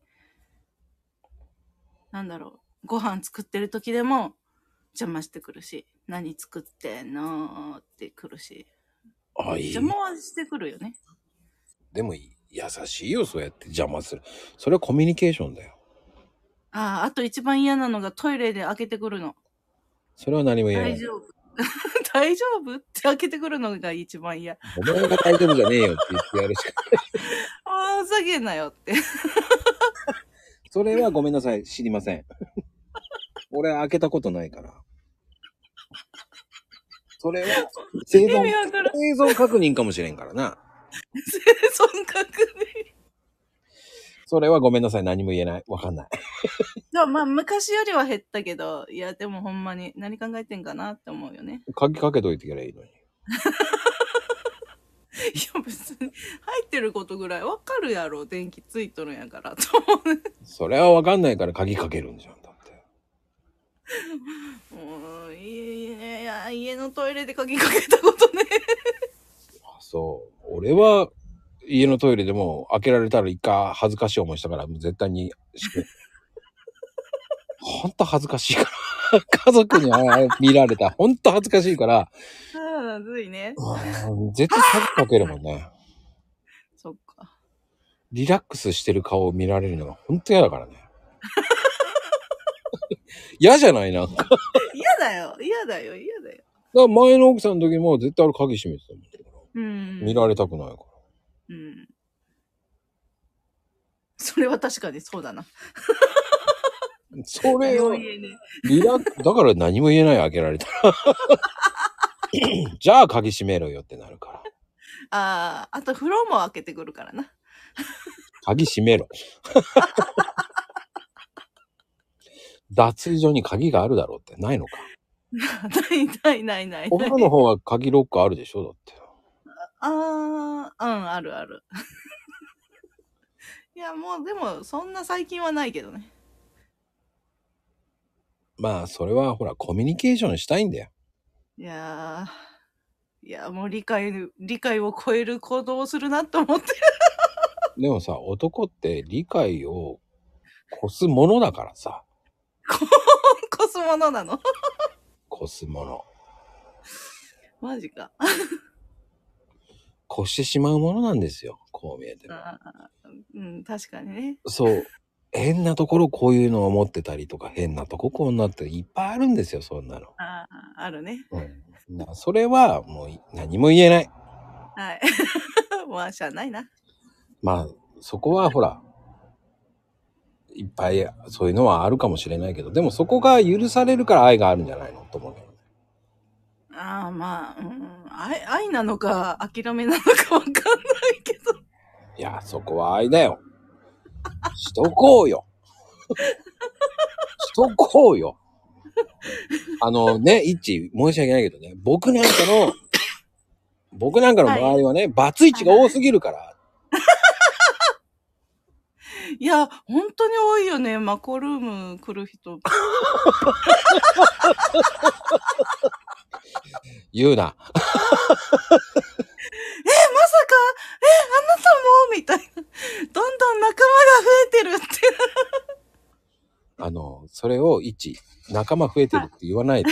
なんだろう、ご飯作ってる時でも邪魔してくるし、何作ってんのってくるし。邪魔はしてくるよね。 でも優しいよ、そうやって邪魔する。それはコミュニケーションだよ。 あと一番嫌なのがトイレで開けてくるの。それは何も言えない。大丈夫大丈夫って開けてくるのが一番嫌。 お前が大丈夫じゃねえよって言ってやるしかない。ふざけんなよって。 それはごめんなさい、知りません。俺開けたことないから。それは生存確認かもしれんからな。 生存確認。 それはごめんなさい、何も言えない。わかんない。 まあ昔よりは減ったけど、いやでもほんまに何考えてんかなって思うよね。 鍵かけといてきゃいいのに。いや別に入ってることぐらいわかるやろ、電気ついとるんやからと思うね。 それはわかんないから鍵かけるんじゃんだって。 いや家のトイレで鍵かけたことね。 あ、そう。俺は家のトイレでも開けられたら一回恥ずかしい思いしたから絶対にしてほんと恥ずかしいから家族に見られたほんと恥ずかしいからまずいね。 絶対鍵かけるもんね。 そっか。 リラックスしてる顔を見られるのがほんと嫌だからね。嫌じゃないなんか嫌だよ。だから前の奥さんの時も絶対俺鍵閉めてたもん。見られたくないから。 それは確かにそうだな。 それをリラックスだから何も言えない開けられたらじゃあ鍵閉めろよってなるから。 あと風呂も開けてくるからな。 鍵閉めろ脱衣所に鍵があるだろうってないのか。 ない。 お風呂の方は鍵ロックあるでしょだって。 ある。いやもうでもそんな最近はないけどね。 まあそれはほらコミュニケーションしたいんだよ。 いやもう理解を超える行動をするなと思ってでもさ、男って理解を越すものだからさ。 越すものなの越すもの。 マジか。 越してしまうものなんですよ。こう見えても。 確かにね。そう。 変なところこういうのを持ってたりとか、変なとここうなっていっぱいあるんですよ、そんなの。 あるね。 それはもう何も言えない。 はい。まあ、しゃあないな。 まあ、そこはほら、いっぱいそういうのはあるかもしれないけど、でもそこが許されるから愛があるんじゃないのと思うけどね。 まあ、愛なのか諦めなのかわかんないけど。 いや、そこは愛だよ。しとこうよ。しとこうよ。一致申し訳ないけどね、僕なんかの周りはね、バツイチが多すぎるから。 いや、本当に多いよね、マコルーム来る人。 言うな。 まさかあなたもみたいな。どんどん仲間が増えてるって。 それを仲間増えてるって言わないで。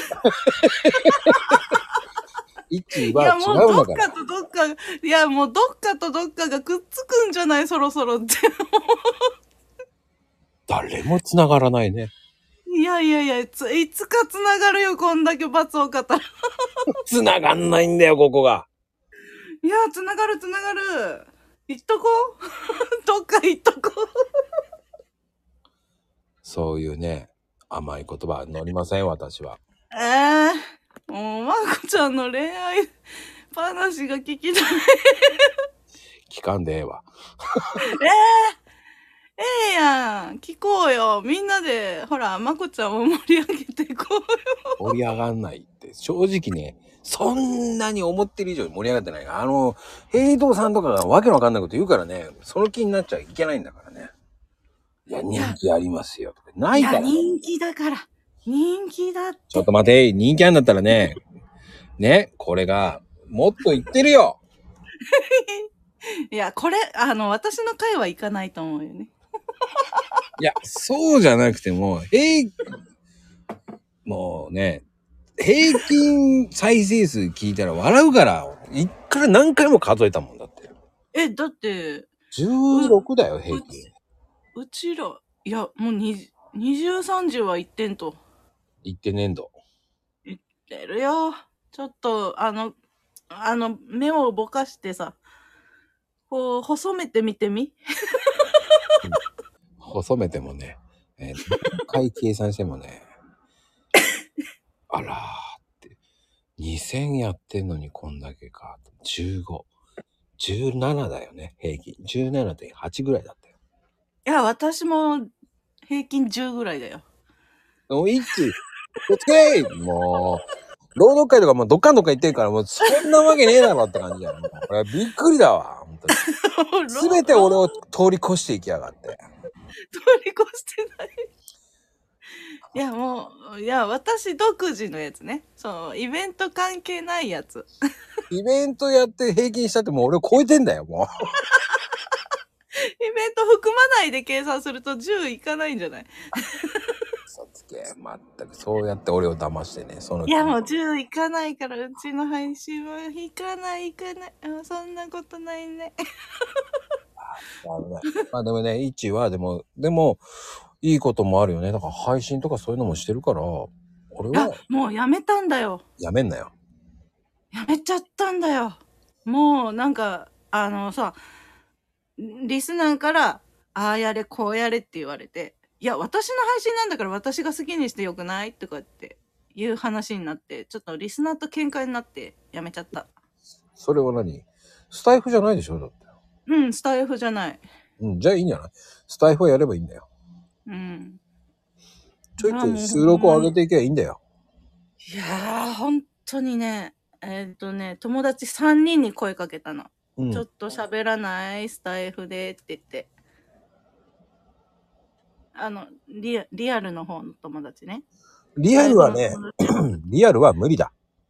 一は違うんだから。 もうどっかとどっかがくっつくんじゃないそろそろって。 誰も繋がらないね。 いや、いつか繋がるよ、こんだけ罰をかたら。 繋がんないんだよ、ここが。 いや、繋がる。行っとこう。どっか行っとこう。 そういうね、甘い言葉乗りません、私は。 もう、まこちゃんの恋愛話が聞きたい。 聞かんでええわ。 ええやん。聞こうよ。みんなで、ほら、まこちゃんを盛り上げていこうよ。 盛り上がんないって。正直ね、そんなに思ってる以上に盛り上がってない。ヘイトさんとかがわけのわかんないこと言うからね、その気になっちゃいけないんだからね。いや、人気ありますよ。とかないから、ね。 いや、人気だから。人気だって。 ちょっと待て、人気あんだったらね、これが、もっと言ってるよ。 いや、これ、私の回は行かないと思うよね。 いや、そうじゃなくても、もうね、平均再生数聞いたら笑うから、一回何回も数えたもんだって。 だって、 16だよ、平均。 うちら、いや、もう20、30は1点と。 言ってねんど。 言ってるよ。ちょっと、目をぼかしてさ、こう、細めてみてみ。 細めてもね、何回計算してもね、あらーって、2000やってんのにこんだけか、15、17だよね、平均。17.8 ぐらいだったよ。 いや、私も平均10ぐらいだよ。 おいっち、おつけーもう、朗読会とかもうどっかんどっか行ってるから、もうそんなわけねえだろって感じだよ。もうこれびっくりだわ、本当に。すべて俺を通り越していきやがって。 通り越してない。いや、もう、いや、私独自のやつね。そう、イベント関係ないやつ。 イベントやって平均したってもう俺を超えてんだよ、もう。 イベント含まないで計算すると10いかないんじゃない？ 嘘つけ。まったくそうやって俺を騙してね、その。 いや、もう10いかないから、うちの配信は行かない。そんなことないね。 まあでもね、イッチはでも、いいこともあるよね。だから配信とかそういうのもしてるから、俺は。 もうやめたんだよ。 やめんなよ。 やめちゃったんだよ。もうなんか、さ、リスナーから、ああやれ、こうやれって言われて、いや、私の配信なんだから私が好きにしてよくないとかっていう話になって、ちょっとリスナーと喧嘩になってやめちゃった。 それは何？スタイフじゃないでしょだって。 うん、スタイフじゃない。 うん、じゃあいいんじゃない？スタイフをやればいいんだよ。 うん。 ちょいちょい収録を上げていけばいいんだよ。 いやー、本当にね、友達3人に声かけたの。 うん、 ちょっと喋らないスタイフでって言って。リアルの方の友達ね。 リアルはね、リアルは無理だ。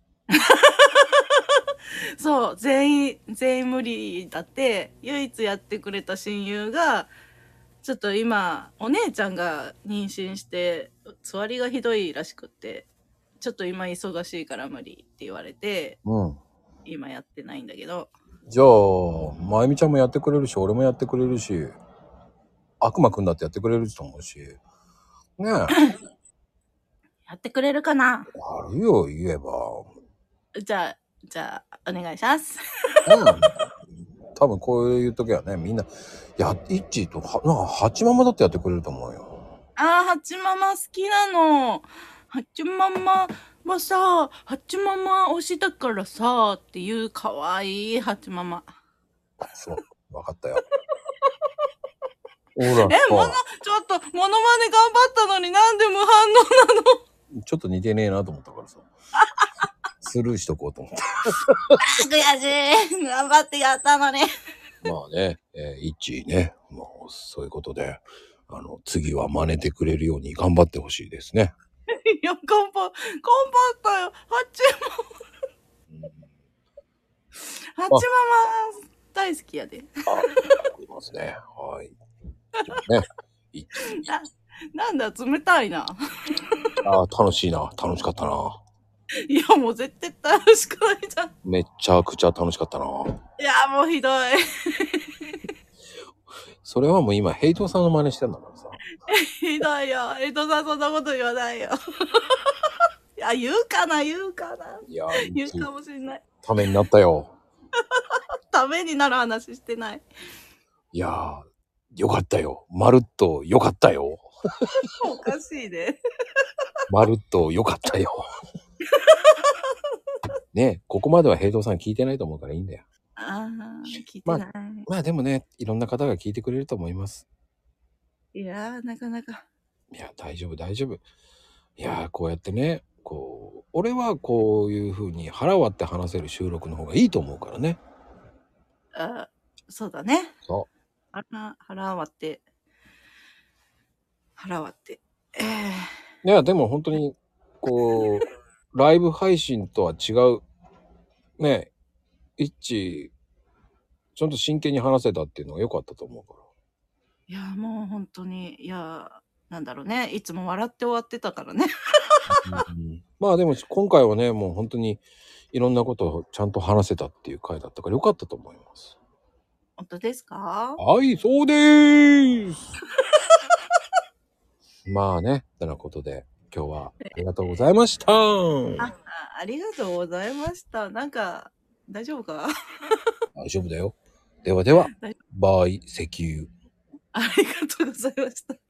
そう、全員無理だって、唯一やってくれた親友が、ちょっと今、お姉ちゃんが妊娠して、つわりがひどいらしくって、ちょっと今忙しいから無理って言われて、今やってないんだけど。 じゃあ、まゆみちゃんもやってくれるし、俺もやってくれるし、悪魔くんだってやってくれると思うし。ねえ。やってくれるかな？ あるよ、言えば。 じゃあ、お願いします。 多分こういう時はね、みんな、イッチーと、なんか、ハチママだってやってくれると思うよ。 ハチママ好きなの。ハチママはさ、ハチママ推しだからさ、っていうかわいいハチママ。 そう、わかったよ。ほら。ちょっと、モノマネ頑張ったのになんで無反応なの？ちょっと似てねえなと思ったからさ。スルーしとこうと思って。 悔しい。頑張ってやったのに。 まあね、イッチーね、もうそういうことで、次は真似てくれるように頑張ってほしいですね。 いや、頑張ったよ。ハチママ大好きやで。 ありますね。はい。ね。 なんだ、冷たいな。 楽しいな。楽しかったな。 いや、もう絶対楽しくないじゃん。 めっちゃくちゃ楽しかったな。 いや、もうひどい。 それはもう今、ヘイトさんの真似してんだからさ。 ひどいよ。ヘイトさんそんなこと言わないよ。いや、言うかな。いや、言うかもしれない。 ためになったよ。 ためになる話してない。 いやー、よかったよ。まるっとよかったよ。 おかしいね。 まるっとよかったよ。ね、ここまではヘイトさん聞いてないと思うからいいんだよ。 聞いてない。 まあでもね、いろんな方が聞いてくれると思います。 いやー、なかなか。 いや、大丈夫、大丈夫。いや、こうやってね、俺はこういう風に腹割って話せる収録の方がいいと思うからね。 そうだね。 そ腹割って。 いや、でも本当に、ライブ配信とは違う、ね、ちゃんと真剣に話せたっていうのが良かったと思うから。 いや、もう本当に、いや、なんだろうね。いつも笑って終わってたからね。 まあでも今回はね、もう本当にいろんなことをちゃんと話せたっていう回だったから良かったと思います。 本当ですか？ はい、そうでーす。まあね、とのことで今日はありがとうございました。 ありがとうございました。なんか、大丈夫か？ 大丈夫だよ。ではでは、 大丈バイ、石油。 ありがとうございました。